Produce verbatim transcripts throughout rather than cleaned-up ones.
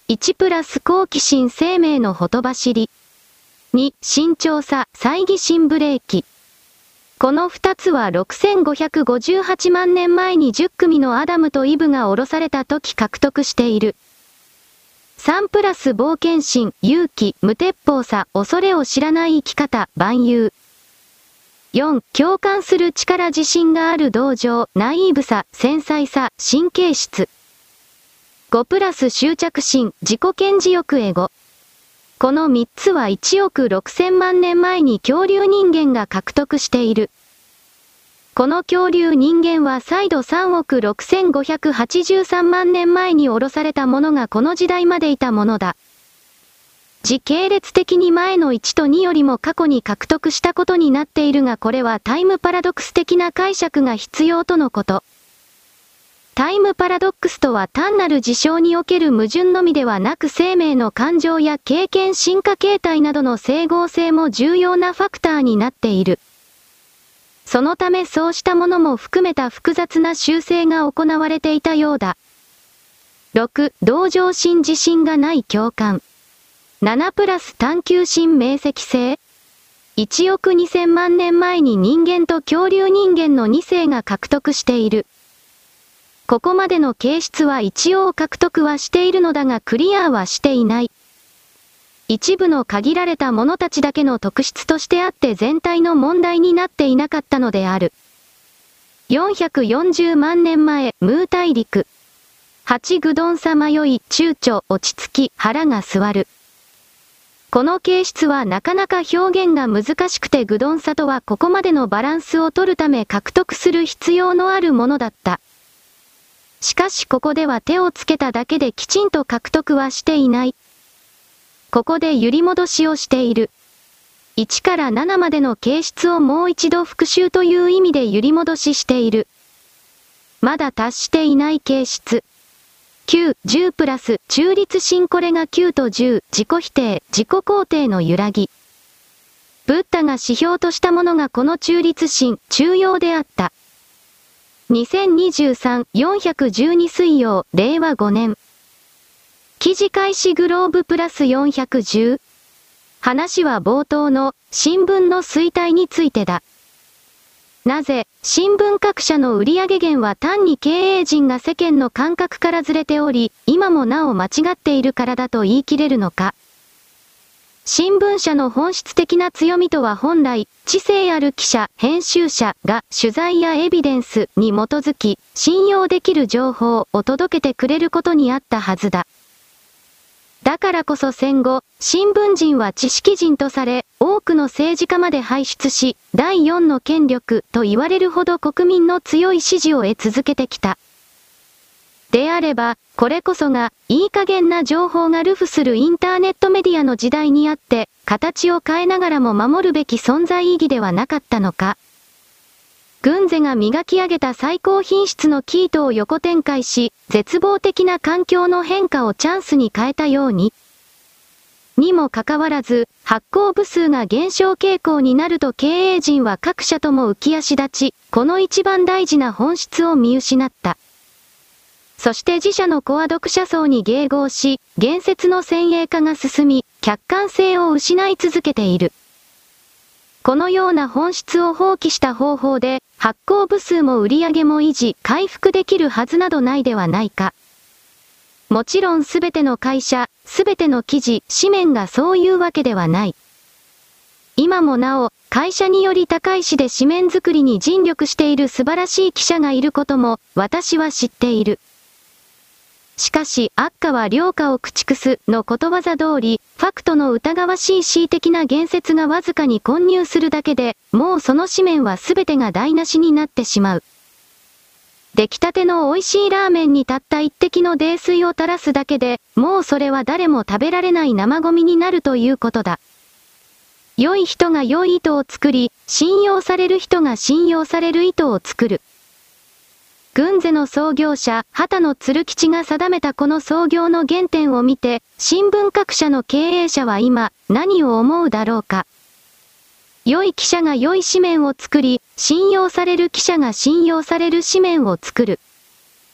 いちプラス好奇心生命のほとばしり。に、慎重さ、猜疑心ブレーキ。この二つはろくせんごひゃくごじゅうはちまんねんまえにじゅっくみのアダムとイブが降ろされた時獲得している。さんプラス冒険心、勇気、無鉄砲さ、恐れを知らない生き方、万有。よん、共感する力自信がある同情、ナイーブさ、繊細さ、神経質。ごプラス執着心、自己顕示欲エゴ。このみっつはいちおくろくせんまんねんまえに恐竜人間が獲得している。この恐竜人間は再度さんおくろくせんごひゃくはちじゅうさんまんねんまえに降ろされたものがこの時代までいたものだ。時系列的に前のいちとによりも過去に獲得したことになっているがこれはタイムパラドックス的な解釈が必要とのこと。タイムパラドックスとは単なる事象における矛盾のみではなく生命の感情や経験進化形態などの整合性も重要なファクターになっている。そのためそうしたものも含めた複雑な修正が行われていたようだ。ろく、同情心自信がない共感。ななプラス探求心明晰性。いちおくにせんまんねんまえに人間と恐竜人間のに世が獲得している。ここまでの形質は一応獲得はしているのだがクリアはしていない。一部の限られた者たちだけの特質としてあって全体の問題になっていなかったのである。よんひゃくよんじゅうまんねんまえ、ムー大陸。はち愚鈍さ迷い、躊躇、落ち着き、腹が据わる。この形質はなかなか表現が難しくて愚鈍さとはここまでのバランスを取るため獲得する必要のあるものだった。しかしここでは手をつけただけできちんと獲得はしていない。ここで揺り戻しをしている。いちからななまでの形質をもう一度復習という意味で揺り戻ししている。まだ達していない形質。きゅう、じゅうプラス、中立心これがきゅうとじゅう、自己否定、自己肯定の揺らぎ。ブッダが指標としたものがこの中立心、中庸であった。にせんにじゅうさん、よんひゃくじゅうに水曜、れいわごねん。記事開始グローブプラスよんひゃくじゅう。話は冒頭の新聞の衰退についてだ。なぜ、新聞各社の売上源は単に経営陣が世間の感覚からずれており、今もなお間違っているからだと言い切れるのか。新聞社の本質的な強みとは本来、知性ある記者、編集者が取材やエビデンスに基づき、信用できる情報を届けてくれることにあったはずだ。だからこそ戦後、新聞人は知識人とされ、多くの政治家まで輩出し、だいよんの権力と言われるほど国民の強い支持を得続けてきた。であれば、これこそが、いい加減な情報が流布するインターネットメディアの時代にあって、形を変えながらも守るべき存在意義ではなかったのか。軍勢が磨き上げた最高品質のキートを横展開し、絶望的な環境の変化をチャンスに変えたように。にもかかわらず、発行部数が減少傾向になると経営陣は各社とも浮き足立ち、この一番大事な本質を見失った。そして自社のコア読者層に迎合し、言説の先鋭化が進み、客観性を失い続けている。このような本質を放棄した方法で、発行部数も売り上げも維持、回復できるはずなどないではないか。もちろんすべての会社、すべての記事、紙面がそういうわけではない。今もなお、会社により高い紙で紙面作りに尽力している素晴らしい記者がいることも、私は知っている。しかし、悪化は良化を駆逐すのことわざ通り、ファクトの疑わしい恣意的な言説がわずかに混入するだけで、もうその紙面はすべてが台無しになってしまう。出来たての美味しいラーメンにたった一滴の泥酔を垂らすだけで、もうそれは誰も食べられない生ゴミになるということだ。良い人が良い糸を作り、信用される人が信用される糸を作る。軍勢の創業者、畑野鶴吉が定めたこの創業の原点を見て、新聞各社の経営者は今、何を思うだろうか。良い記者が良い紙面を作り、信用される記者が信用される紙面を作る。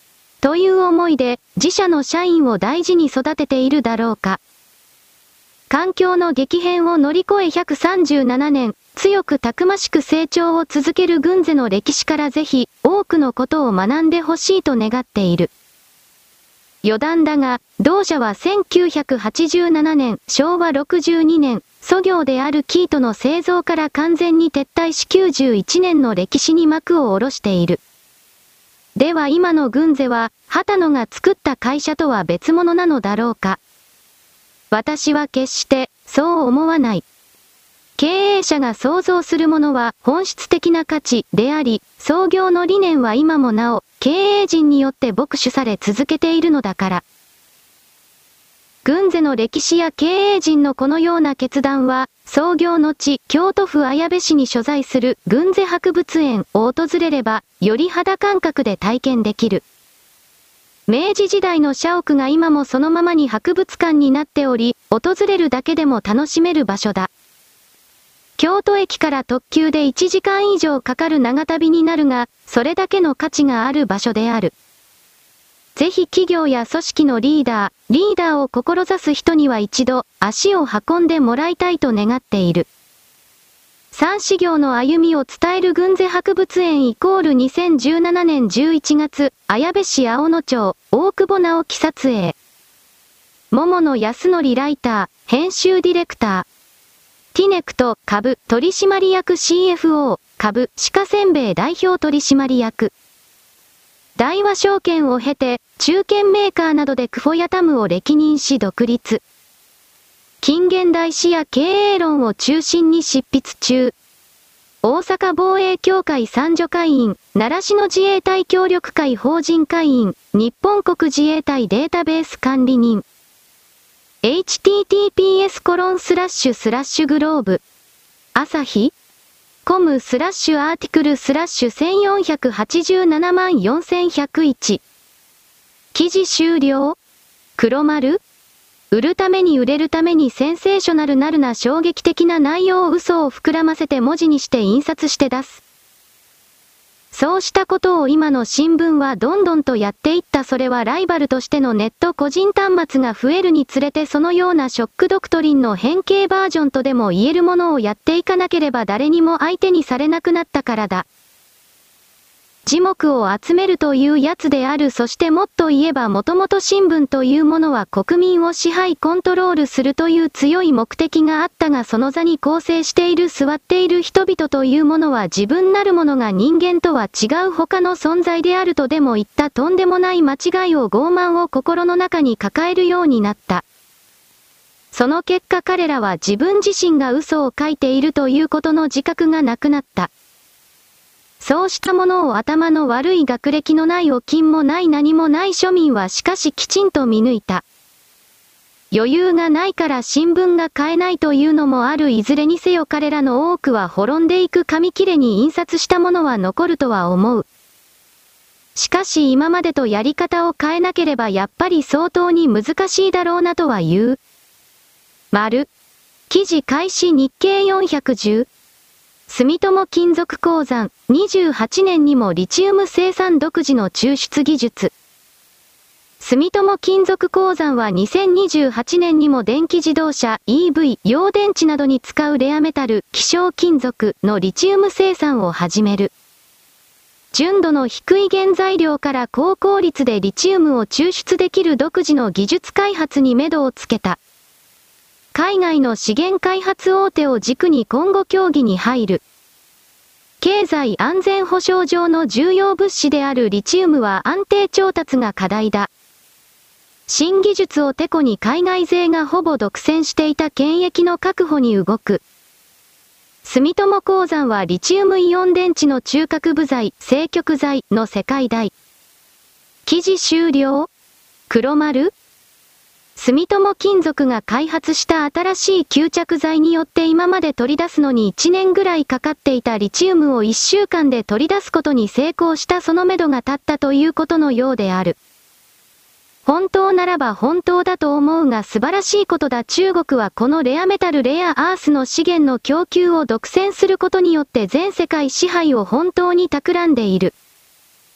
という思いで自社の社員を大事に育てているだろうか。環境の激変を乗り越えひゃくさんじゅうななねん、強くたくましく成長を続ける軍勢の歴史からぜひ多くのことを学んでほしいと願っている。余談だが、同社はせんきゅうひゃくはちじゅうななねん、しょうわろくじゅうにねん、祖業であるキートの製造から完全に撤退しきゅうじゅういちねんの歴史に幕を下ろしている。では今の軍勢は、畑野が作った会社とは別物なのだろうか。私は決して、そう思わない。経営者が創造するものは本質的な価値であり、創業の理念は今もなお、経営陣によって牧取され続けているのだから。軍勢の歴史や経営陣のこのような決断は、創業の地、京都府綾部市に所在する軍勢博物園を訪れれば、より肌感覚で体験できる。明治時代の社屋が今もそのままに博物館になっており、訪れるだけでも楽しめる場所だ。京都駅から特急でいちじかん以上かかる長旅になるが、それだけの価値がある場所である。ぜひ企業や組織のリーダー、リーダーを志す人には一度、足を運んでもらいたいと願っている。三史業の歩みを伝える軍勢博物園イコールにせんじゅうななねんじゅういちがつ、綾部市青野町、大久保直樹撮影。桃野康則ライター、編集ディレクター。ティネクト株取締役 シーエフオー 株鹿せんべい代表取締役。大和証券を経て、中堅メーカーなどでクフォやタムを歴任し独立。近現代史や経営論を中心に執筆中。大阪防衛協会参助会員、習志野自衛隊協力会法人会員、日本国自衛隊データベース管理人。エイチティーティーピーエスコロンスラッシュスラッシュグローブ。朝日コムスラッシュアーティクルスラッシュせんよんひゃくはちじゅうななまんよんせんひゃくいち。記事終了？黒丸？売るために売れるためにセンセーショナルなるな衝撃的な内容を嘘を膨らませて文字にして印刷して出す。そうしたことを今の新聞はどんどんとやっていった。それはライバルとしてのネット個人端末が増えるにつれてそのようなショックドクトリンの変形バージョンとでも言えるものをやっていかなければ誰にも相手にされなくなったからだ。耳目を集めるというやつである。そしてもっと言えばもともと新聞というものは国民を支配コントロールするという強い目的があったが、その座に構成している座っている人々というものは自分なるものが人間とは違う他の存在であるとでも言ったとんでもない間違いを傲慢を心の中に抱えるようになった。その結果彼らは自分自身が嘘を書いているということの自覚がなくなった。そうしたものを頭の悪い学歴のないお金もない何もない庶民はしかしきちんと見抜いた。余裕がないから新聞が買えないというのもある。いずれにせよ彼らの多くは滅んでいく。紙切れに印刷したものは残るとは思う。しかし今までとやり方を変えなければやっぱり相当に難しいだろうなとは言う。丸。記事開始日経よんひゃくじゅう。住友金属鉱山、にじゅうはちねんにもリチウム生産独自の抽出技術。住友金属鉱山はにせんにじゅうはちねんにも電気自動車、イーブイ、陽電池などに使うレアメタル、希少金属のリチウム生産を始める。純度の低い原材料から高効率でリチウムを抽出できる独自の技術開発に目処をつけた。海外の資源開発大手を軸に今後協議に入る。経済安全保障上の重要物資であるリチウムは安定調達が課題だ。新技術をテコに海外勢がほぼ独占していた権益の確保に動く。住友鉱山はリチウムイオン電池の中核部材、正極材の世界大。記事終了？黒丸？住友金属が開発した新しい吸着剤によって今まで取り出すのにいちねんぐらいかかっていたリチウムをいっしゅうかんで取り出すことに成功した。その目処が立ったということのようである。本当ならば本当だと思うが素晴らしいことだ。中国はこのレアメタルレアアースの資源の供給を独占することによって全世界支配を本当に企んでいる。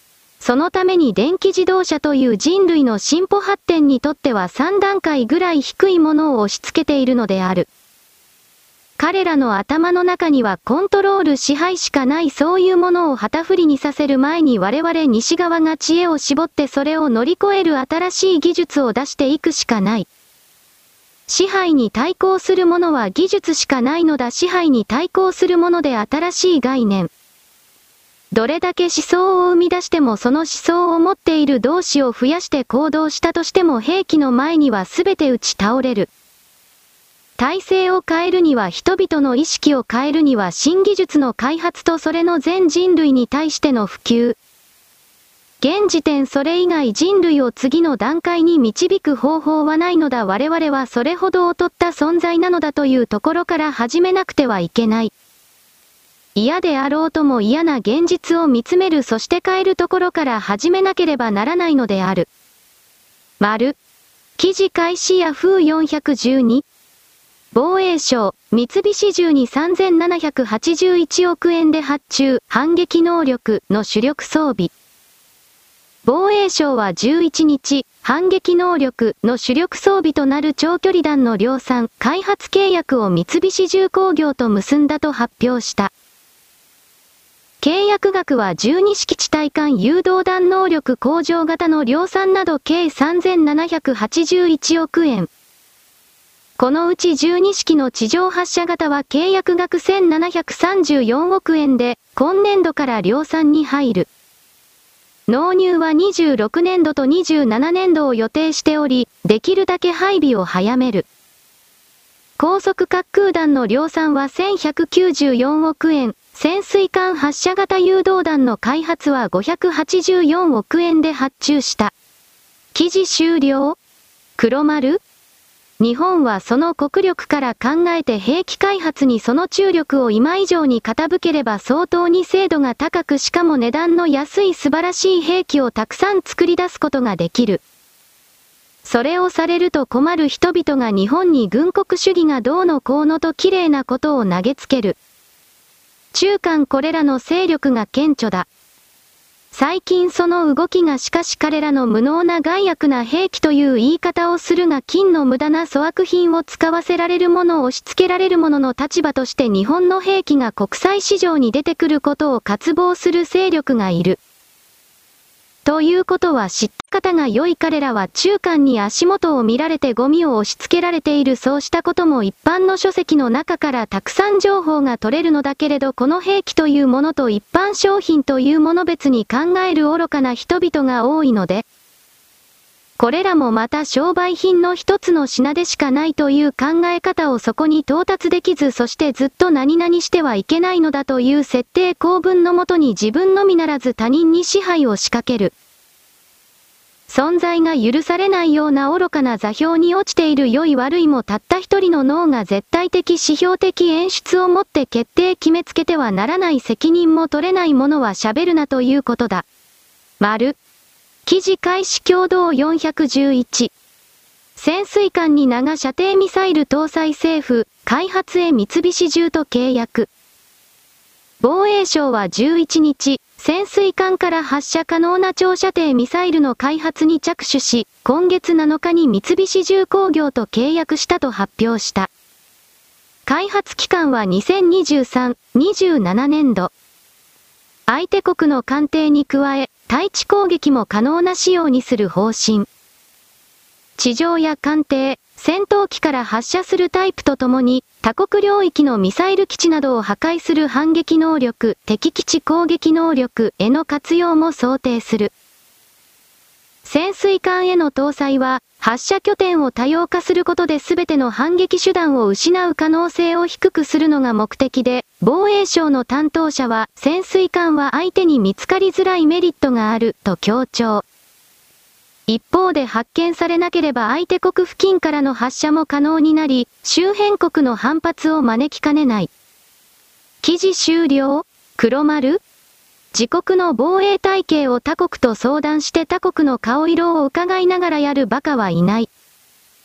そのために電気自動車という人類の進歩発展にとってはさん段階ぐらい低いものを押し付けているのである。彼らの頭の中にはコントロール支配しかないそういうものを旗振りにさせる前に我々西側が知恵を絞ってそれを乗り越える新しい技術を出していくしかない。支配に対抗するものは技術しかないのだ。支配に対抗するもので新しい概念。どれだけ思想を生み出してもその思想を持っている同士を増やして行動したとしても兵器の前には全て打ち倒れる。体制を変えるには人々の意識を変えるには新技術の開発とそれの全人類に対しての普及。現時点それ以外人類を次の段階に導く方法はないのだ。我々はそれほど劣った存在なのだというところから始めなくてはいけない。嫌であろうとも嫌な現実を見つめるそして変えるところから始めなければならないのである。丸。記事開始ヤフーよんひゃくじゅうに。防衛省、三菱重にさんぜんななひゃくはちじゅういちおくえんで発注、反撃能力の主力装備。防衛省はじゅういちにち、反撃能力の主力装備となる長距離弾の量産、開発契約を三菱重工業と結んだと発表した。契約額はじゅうに式地対艦誘導弾能力向上型の量産など計さんぜんななひゃくはちじゅういちおくえん。このうちじゅうに式の地上発射型は契約額せんななひゃくさんじゅうよんおくえんで、今年度から量産に入る。納入はにじゅうろくねんどとにじゅうななねんどを予定しており、できるだけ配備を早める。高速滑空弾の量産はせんひゃくきゅうじゅうよんおくえん、潜水艦発射型誘導弾の開発はごひゃくはちじゅうよんおくえんで発注した。記事終了？黒丸？日本はその国力から考えて兵器開発にその注力を今以上に傾ければ相当に精度が高くしかも値段の安い素晴らしい兵器をたくさん作り出すことができる。それをされると困る人々が日本に軍国主義がどうのこうのと綺麗なことを投げつける。中間これらの勢力が顕著だ。最近その動きがしかし彼らの無能な害悪な兵器という言い方をするが金の無駄な粗悪品を使わせられるものを押し付けられるものの立場として日本の兵器が国際市場に出てくることを渇望する勢力がいる。ということは知った方が良い。彼らは中間に足元を見られてゴミを押し付けられている。そうしたことも一般の書籍の中からたくさん情報が取れるのだけれどこの兵器というものと一般商品というもの別に考える愚かな人々が多いので、これらもまた商売品の一つの品でしかないという考え方をそこに到達できずそしてずっと何々してはいけないのだという設定構文のもとに自分のみならず他人に支配を仕掛ける。存在が許されないような愚かな座標に落ちている良い悪いもたった一人の脳が絶対的指標的演出をもって決定決めつけてはならない責任も取れないものは喋るなということだ。丸。記事開始共同よんひゃくじゅういち。潜水艦に長射程ミサイル搭載政府、開発へ三菱重と契約。防衛省はじゅういちにち、潜水艦から発射可能な長射程ミサイルの開発に着手し、今月なのかに三菱重工業と契約したと発表した。開発期間はにせんにじゅうさん、にじゅうななねんど。相手国の艦艇に加え、対地攻撃も可能な仕様にする方針。地上や艦艇、戦闘機から発射するタイプとともに、他国領域のミサイル基地などを破壊する反撃能力、敵基地攻撃能力への活用も想定する。潜水艦への搭載は、発射拠点を多様化することで全ての反撃手段を失う可能性を低くするのが目的で、防衛省の担当者は、潜水艦は相手に見つかりづらいメリットがある、と強調。一方で発見されなければ相手国付近からの発射も可能になり、周辺国の反発を招きかねない。記事終了？黒丸？自国の防衛体系を他国と相談して他国の顔色を伺いながらやる馬鹿はいない。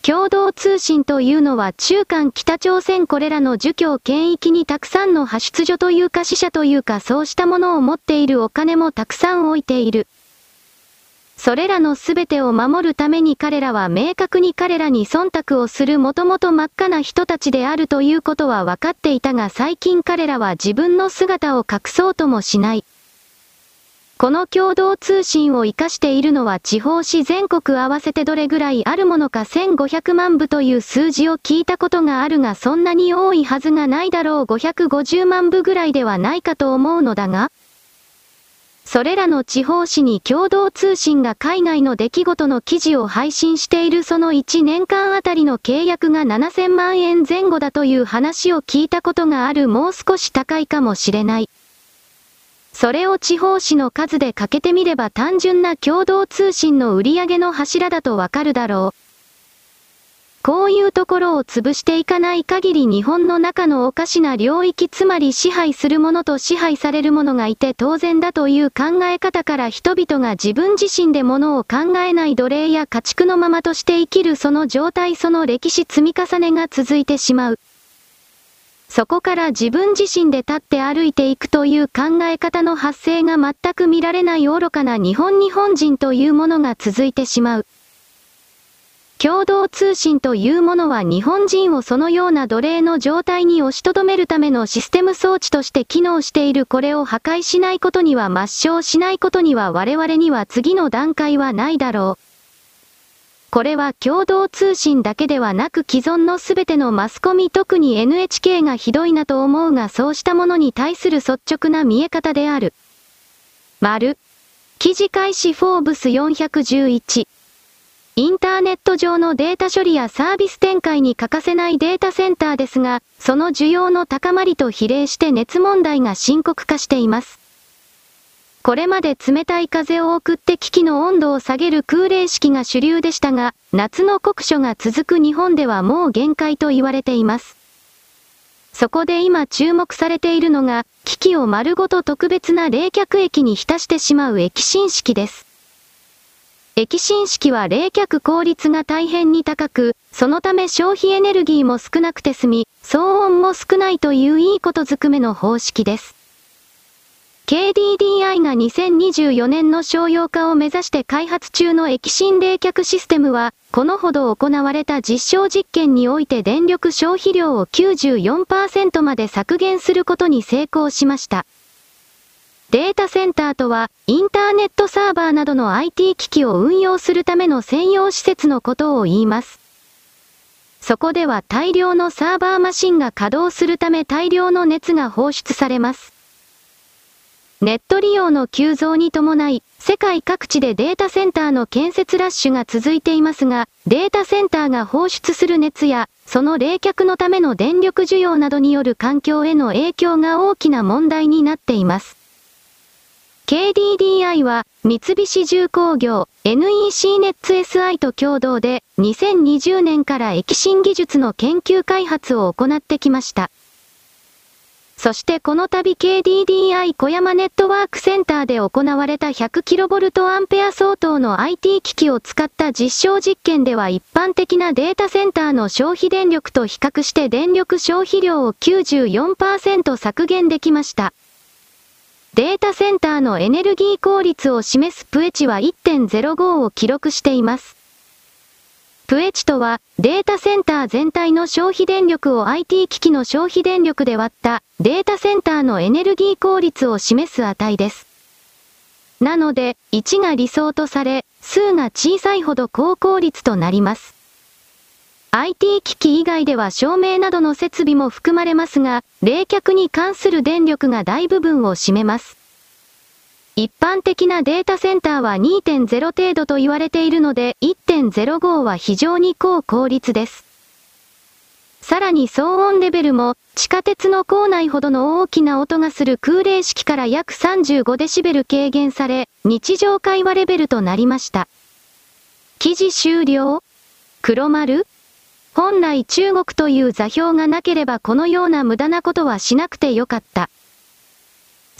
共同通信というのは中韓北朝鮮これらの儒教圏域にたくさんの派出所というか支社というかそうしたものを持っているお金もたくさん置いている。それらのすべてを守るために彼らは明確に彼らに忖度をするもともと真っ赤な人たちであるということは分かっていたが最近彼らは自分の姿を隠そうともしない。この共同通信を活かしているのは地方紙全国合わせてどれぐらいあるものかせんごひゃくまんぶという数字を聞いたことがあるがそんなに多いはずがないだろうごひゃくごじゅうまんぶぐらいではないかと思うのだが、それらの地方紙に共同通信が海外の出来事の記事を配信しているそのいちねんかんあたりの契約がななせんまんえんぜん後だという話を聞いたことがあるもう少し高いかもしれない。それを地方紙の数でかけてみれば単純な共同通信の売上の柱だとわかるだろう。こういうところを潰していかない限り日本の中のおかしな領域つまり支配するものと支配されるものがいて当然だという考え方から人々が自分自身でものを考えない奴隷や家畜のままとして生きるその状態その歴史積み重ねが続いてしまう。そこから自分自身で立って歩いていくという考え方の発生が全く見られない愚かな日本日本人というものが続いてしまう。共同通信というものは日本人をそのような奴隷の状態に押しとどめるためのシステム装置として機能しているこれを破壊しないことには抹消しないことには我々には次の段階はないだろう。これは共同通信だけではなく既存のすべてのマスコミ特に エヌエイチケー がひどいなと思うがそうしたものに対する率直な見え方である。丸。記事開始フォーブスよんひゃくじゅういち。インターネット上のデータ処理やサービス展開に欠かせないデータセンターですが、その需要の高まりと比例して熱問題が深刻化しています。これまで冷たい風を送って機器の温度を下げる空冷式が主流でしたが、夏の酷暑が続く日本ではもう限界と言われています。そこで今注目されているのが、機器を丸ごと特別な冷却液に浸してしまう液浸式です。液浸式は冷却効率が大変に高く、そのため消費エネルギーも少なくて済み、騒音も少ないといういいことずくめの方式です。ケーディーディーアイ がにせんにじゅうよねんの商用化を目指して開発中の液浸冷却システムは、このほど行われた実証実験において電力消費量を きゅうじゅうよんパーセント まで削減することに成功しました。データセンターとは、インターネットサーバーなどの アイティー 機器を運用するための専用施設のことを言います。そこでは大量のサーバーマシンが稼働するため大量の熱が放出されます。ネット利用の急増に伴い、世界各地でデータセンターの建設ラッシュが続いていますが、データセンターが放出する熱や、その冷却のための電力需要などによる環境への影響が大きな問題になっています。ケーディーディーアイ は、三菱重工業、エヌイーシー ネッツ エスアイ と共同で、にせんにじゅうねんから液浸技術の研究開発を行ってきました。そしてこの度 ケーディーディーアイ 小山ネットワークセンターで行われた ひゃくキロボルトアンペア 相当の アイティー 機器を使った実証実験では一般的なデータセンターの消費電力と比較して電力消費量を きゅうじゅうよんパーセント 削減できました。データセンターのエネルギー効率を示すプエチは いってんゼロご を記録しています。プエチとは、データセンター全体の消費電力を アイティー 機器の消費電力で割ったデータセンターのエネルギー効率を示す値です。なので、いちが理想とされ、数が小さいほど高効率となります。アイティー 機器以外では照明などの設備も含まれますが、冷却に関する電力が大部分を占めます。一般的なデータセンターは にてんゼロ 程度と言われているので いってんゼロご は非常に高効率です。さらに騒音レベルも地下鉄の構内ほどの大きな音がする空冷式から約さんじゅうごデシベル軽減され、日常会話レベルとなりました。記事終了？黒丸？本来中国という座標がなければこのような無駄なことはしなくてよかった。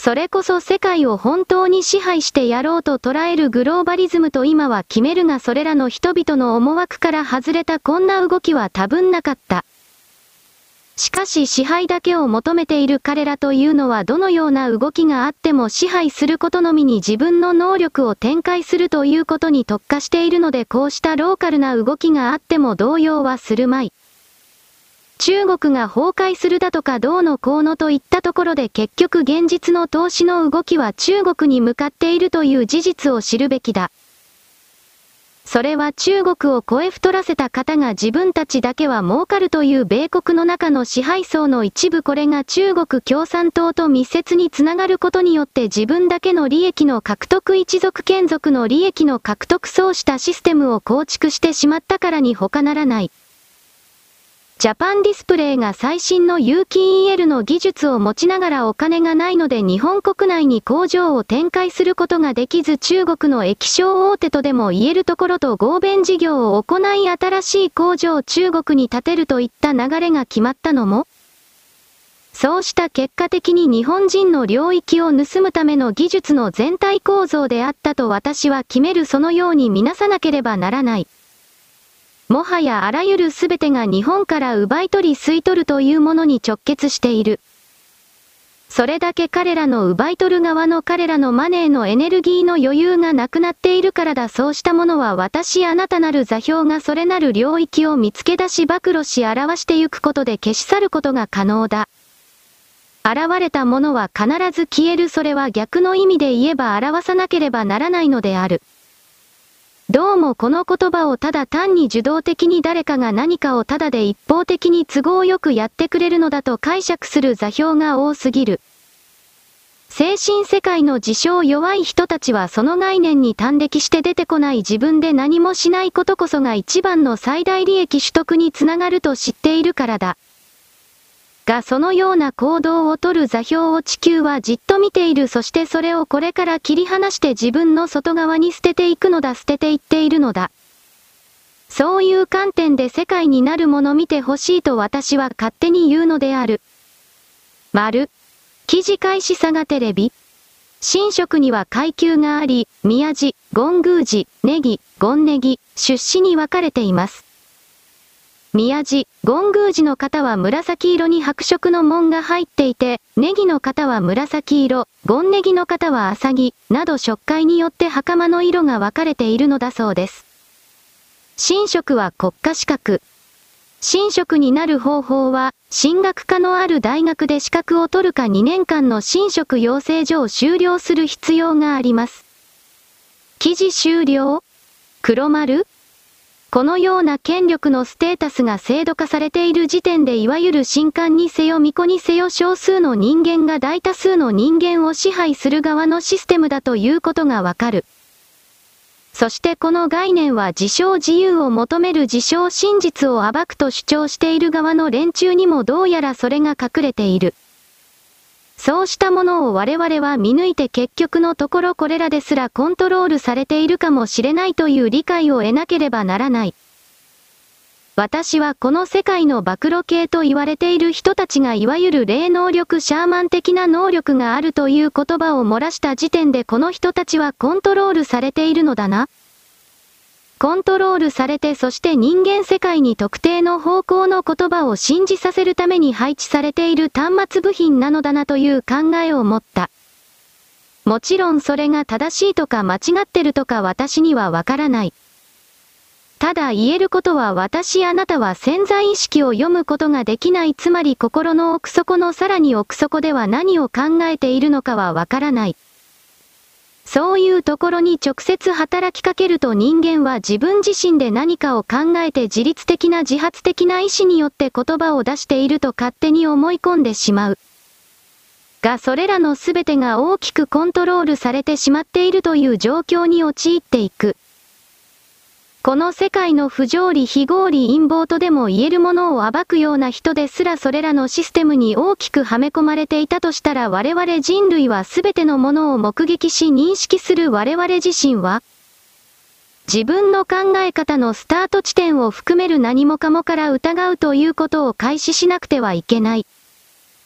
それこそ世界を本当に支配してやろうと捉えるグローバリズムと今は決めるがそれらの人々の思惑から外れたこんな動きは多分なかった。しかし支配だけを求めている彼らというのはどのような動きがあっても支配することのみに自分の能力を展開するということに特化しているのでこうしたローカルな動きがあっても動揺はするまい。中国が崩壊するだとかどうのこうのといったところで結局現実の投資の動きは中国に向かっているという事実を知るべきだ。それは中国を超え太らせた方が自分たちだけは儲かるという米国の中の支配層の一部これが中国共産党と密接につながることによって自分だけの利益の獲得一族眷属の利益の獲得そうしたシステムを構築してしまったからに他ならない。ジャパンディスプレイが最新の有機 イーエル の技術を持ちながらお金がないので日本国内に工場を展開することができず中国の液晶大手とでも言えるところと合弁事業を行い新しい工場を中国に建てるといった流れが決まったのも、そうした結果的に日本人の領域を盗むための技術の全体構造であったと私は決めるそのように見なさなければならない。もはやあらゆるすべてが日本から奪い取り吸い取るというものに直結している。それだけ彼らの奪い取る側の彼らのマネーのエネルギーの余裕がなくなっているからだ。そうしたものは私あなたなる座標がそれなる領域を見つけ出し暴露し表してゆくことで消し去ることが可能だ。現れたものは必ず消える。それは逆の意味で言えば表さなければならないのである。どうもこの言葉をただ単に受動的に誰かが何かをただで一方的に都合よくやってくれるのだと解釈する座標が多すぎる。精神世界の自称弱い人たちはその概念に端的して出てこない自分で何もしないことこそが一番の最大利益取得につながると知っているからだ。がそのような行動をとる座標を地球はじっと見ている。そしてそれをこれから切り離して自分の外側に捨てていくのだ。捨てていっているのだ。そういう観点で世界になるもの見てほしいと私は勝手に言うのである。丸。記事開始佐賀テレビ。神職には階級があり、宮地、権宮寺、ネギ、権ネギ、出資に分かれています。宮地、権宮寺の方は紫色に白色の紋が入っていて、ネギの方は紫色、権ネギの方は浅木、など職会によって袴の色が分かれているのだそうです。神職は国家資格。神職になる方法は、神学科のある大学で資格を取るかにねんかんの神職養成所を修了する必要があります。記事終了？黒丸？このような権力のステータスが制度化されている時点でいわゆる神官にせよ巫女にせよ少数の人間が大多数の人間を支配する側のシステムだということがわかる。そしてこの概念は自称自由を求める自称真実を暴くと主張している側の連中にもどうやらそれが隠れている。そうしたものを我々は見抜いて結局のところこれらですらコントロールされているかもしれないという理解を得なければならない。私はこの世界の暴露系と言われている人たちがいわゆる霊能力シャーマン的な能力があるという言葉を漏らした時点でこの人たちはコントロールされているのだな。コントロールされてそして人間世界に特定の方向の言葉を信じさせるために配置されている端末部品なのだなという考えを持った。もちろんそれが正しいとか間違ってるとか私にはわからない。ただ言えることは私あなたは潜在意識を読むことができない。つまり心の奥底のさらに奥底では何を考えているのかはわからない。そういうところに直接働きかけると人間は自分自身で何かを考えて自律的な自発的な意志によって言葉を出していると勝手に思い込んでしまう。がそれらのすべてが大きくコントロールされてしまっているという状況に陥っていく。この世界の不条理非合理陰謀とでも言えるものを暴くような人ですらそれらのシステムに大きくはめ込まれていたとしたら我々人類は全てのものを目撃し認識する我々自身は自分の考え方のスタート地点を含める何もかもから疑うということを開始しなくてはいけない。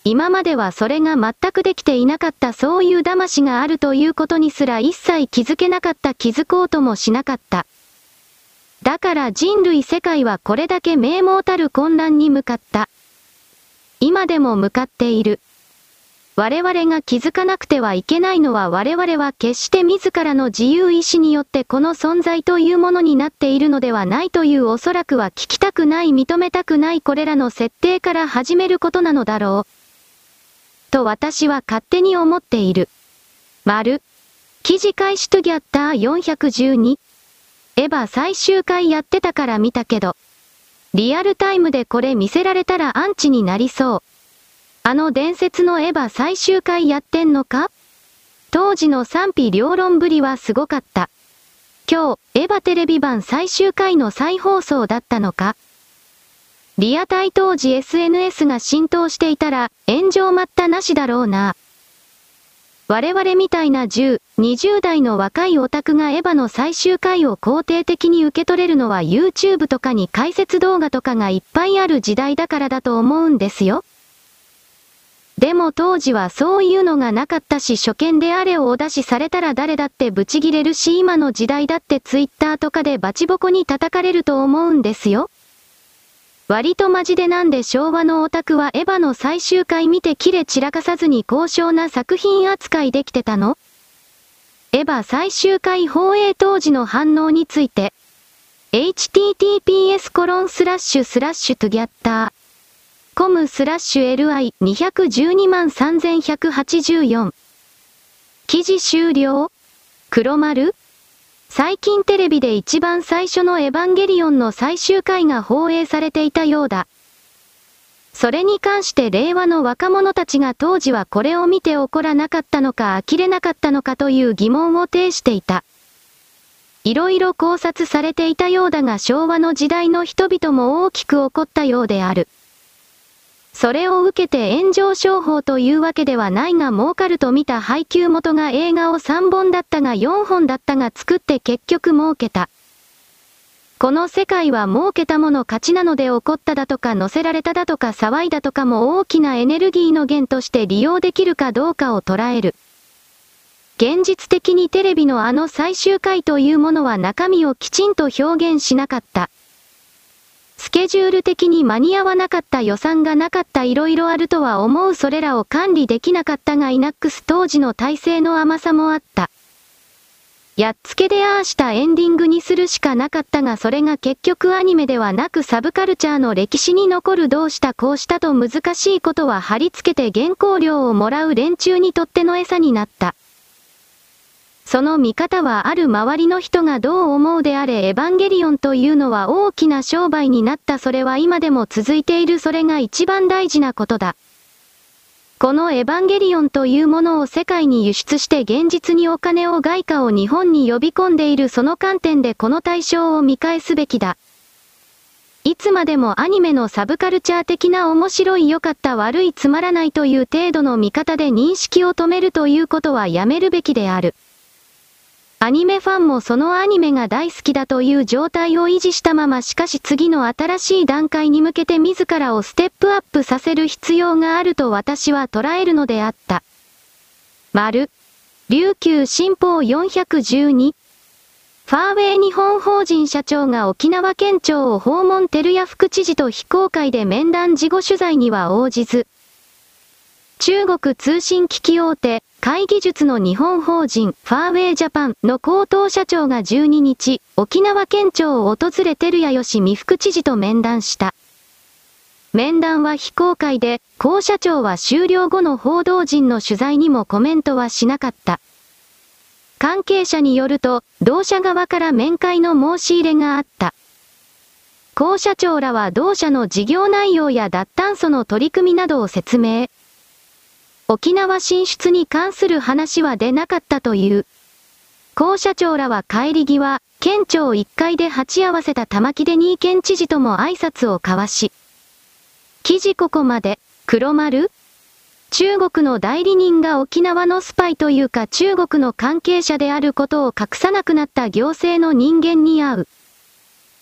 今まではそれが全くできていなかった、そういう騙しがあるということにすら一切気づけなかった、気づこうともしなかった。だから人類世界はこれだけ名毛たる混乱に向かった。今でも向かっている。我々が気づかなくてはいけないのは、我々は決して自らの自由意志によってこの存在というものになっているのではないという、おそらくは聞きたくない、認めたくないこれらの設定から始めることなのだろう。と私は勝手に思っている。丸。記事開始トゥギャッターよんひゃくじゅうに。エヴァ最終回やってたから見たけど。リアルタイムでこれ見せられたらアンチになりそう。あの伝説のエヴァ最終回やってんのか？当時の賛否両論ぶりはすごかった。今日、エヴァテレビ版最終回の再放送だったのか？リアタイ当時 エスエヌエス が浸透していたら、炎上待ったなしだろうな。我々みたいなじゅう、にじゅう代の若いオタクがエヴァの最終回を肯定的に受け取れるのは YouTube とかに解説動画とかがいっぱいある時代だからだと思うんですよ。でも当時はそういうのがなかったし、初見であれをお出しされたら誰だってブチギレるし、今の時代だって Twitter とかでバチボコに叩かれると思うんですよ。割とマジで。なんで昭和のオタクはエヴァの最終回見てキレ散らかさずに高尚な作品扱いできてたの？エヴァ最終回放映当時の反応について。エイチティーティーピーエスコロンスラッシュスラッシュトゥギャッターコムスラッシュエルアイにひゃくじゅうにまんさんぜんひゃくはちじゅうよん。記事終了？黒丸？最近テレビで一番最初のエヴァンゲリオンの最終回が放映されていたようだ。それに関して令和の若者たちが当時はこれを見て怒らなかったのか呆れなかったのかという疑問を呈していた。いろいろ考察されていたようだが、昭和の時代の人々も大きく怒ったようである。それを受けて炎上商法というわけではないが、儲かると見た配給元が映画をさんぼんだったがよんほんだったが作って結局儲けた。この世界は儲けたもの勝ちなので、怒っただとか乗せられただとか騒いだとかも大きなエネルギーの源として利用できるかどうかを捉える。現実的にテレビのあの最終回というものは中身をきちんと表現しなかった。スケジュール的に間に合わなかった、予算がなかった、いろいろあるとは思う。それらを管理できなかったが、イナックス当時の体制の甘さもあった。やっつけでああしたエンディングにするしかなかったが、それが結局アニメではなくサブカルチャーの歴史に残る。どうしたこうしたと難しいことは貼り付けて原稿料をもらう連中にとっての餌になった。その見方はある。周りの人がどう思うであれ、エヴァンゲリオンというのは大きな商売になった。それは今でも続いている。それが一番大事なことだ。このエヴァンゲリオンというものを世界に輸出して現実にお金を外貨を日本に呼び込んでいる。その観点でこの対象を見返すべきだ。いつまでもアニメのサブカルチャー的な面白い良かった悪いつまらないという程度の見方で認識を止めるということはやめるべきである。アニメファンもそのアニメが大好きだという状態を維持したまま、しかし次の新しい段階に向けて自らをステップアップさせる必要があると私は捉えるのであった。丸。琉球新報よんひゃくじゅうに。ファーウェイ日本法人社長が沖縄県庁を訪問。照屋副知事と非公開で面談。事後取材には応じず。中国通信機器大手、海技術の日本法人、ファーウェイジャパンの高等社長がじゅうににち、沖縄県庁を訪れ照屋義美副知事と面談した。面談は非公開で、高社長は終了後の報道陣の取材にもコメントはしなかった。関係者によると、同社側から面会の申し入れがあった。高社長らは同社の事業内容や脱炭素の取り組みなどを説明。沖縄進出に関する話は出なかったという。高社長らは帰り際、県庁いっかいで鉢合わせた玉城デニー県知事とも挨拶を交わし。記事ここまで、黒丸？中国の代理人が沖縄のスパイというか中国の関係者であることを隠さなくなった行政の人間に会う。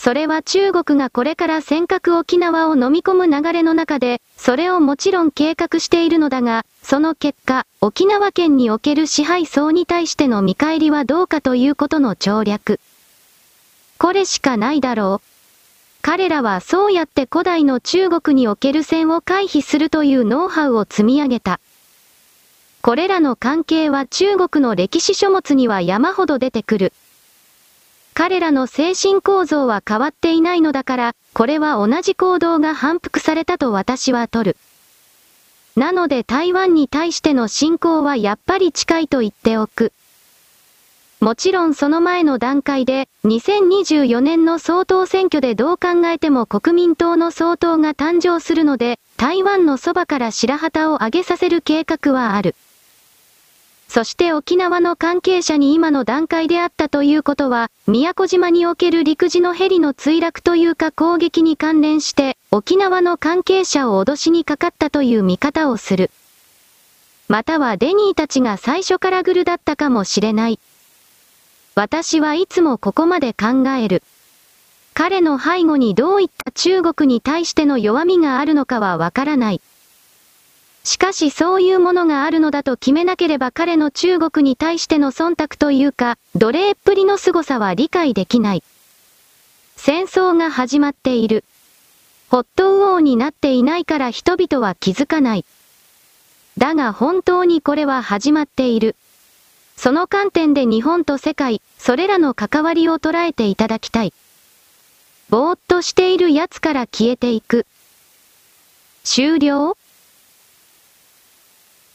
それは中国がこれから尖閣沖縄を飲み込む流れの中で、それをもちろん計画しているのだが、その結果、沖縄県における支配層に対しての見返りはどうかということの調略。これしかないだろう。彼らはそうやって古代の中国における戦を回避するというノウハウを積み上げた。これらの関係は中国の歴史書物には山ほど出てくる。彼らの精神構造は変わっていないのだから、これは同じ行動が反復されたと私は取る。なので台湾に対しての侵攻はやっぱり近いと言っておく。もちろんその前の段階で、にせんにじゅうよねんの総統選挙でどう考えても国民党の総統が誕生するので、台湾のそばから白旗を上げさせる計画はある。そして沖縄の関係者に今の段階であったということは、宮古島における陸自のヘリの墜落というか攻撃に関連して、沖縄の関係者を脅しにかかったという見方をする。またはデニーたちが最初からグルだったかもしれない。私はいつもここまで考える。彼の背後にどういった中国に対しての弱みがあるのかはわからない。しかしそういうものがあるのだと決めなければ彼の中国に対しての忖度というか、奴隷っぷりの凄さは理解できない。戦争が始まっている。ホットウォーになっていないから人々は気づかない。だが本当にこれは始まっている。その観点で日本と世界、それらの関わりを捉えていただきたい。ぼーっとしている奴から消えていく。終了？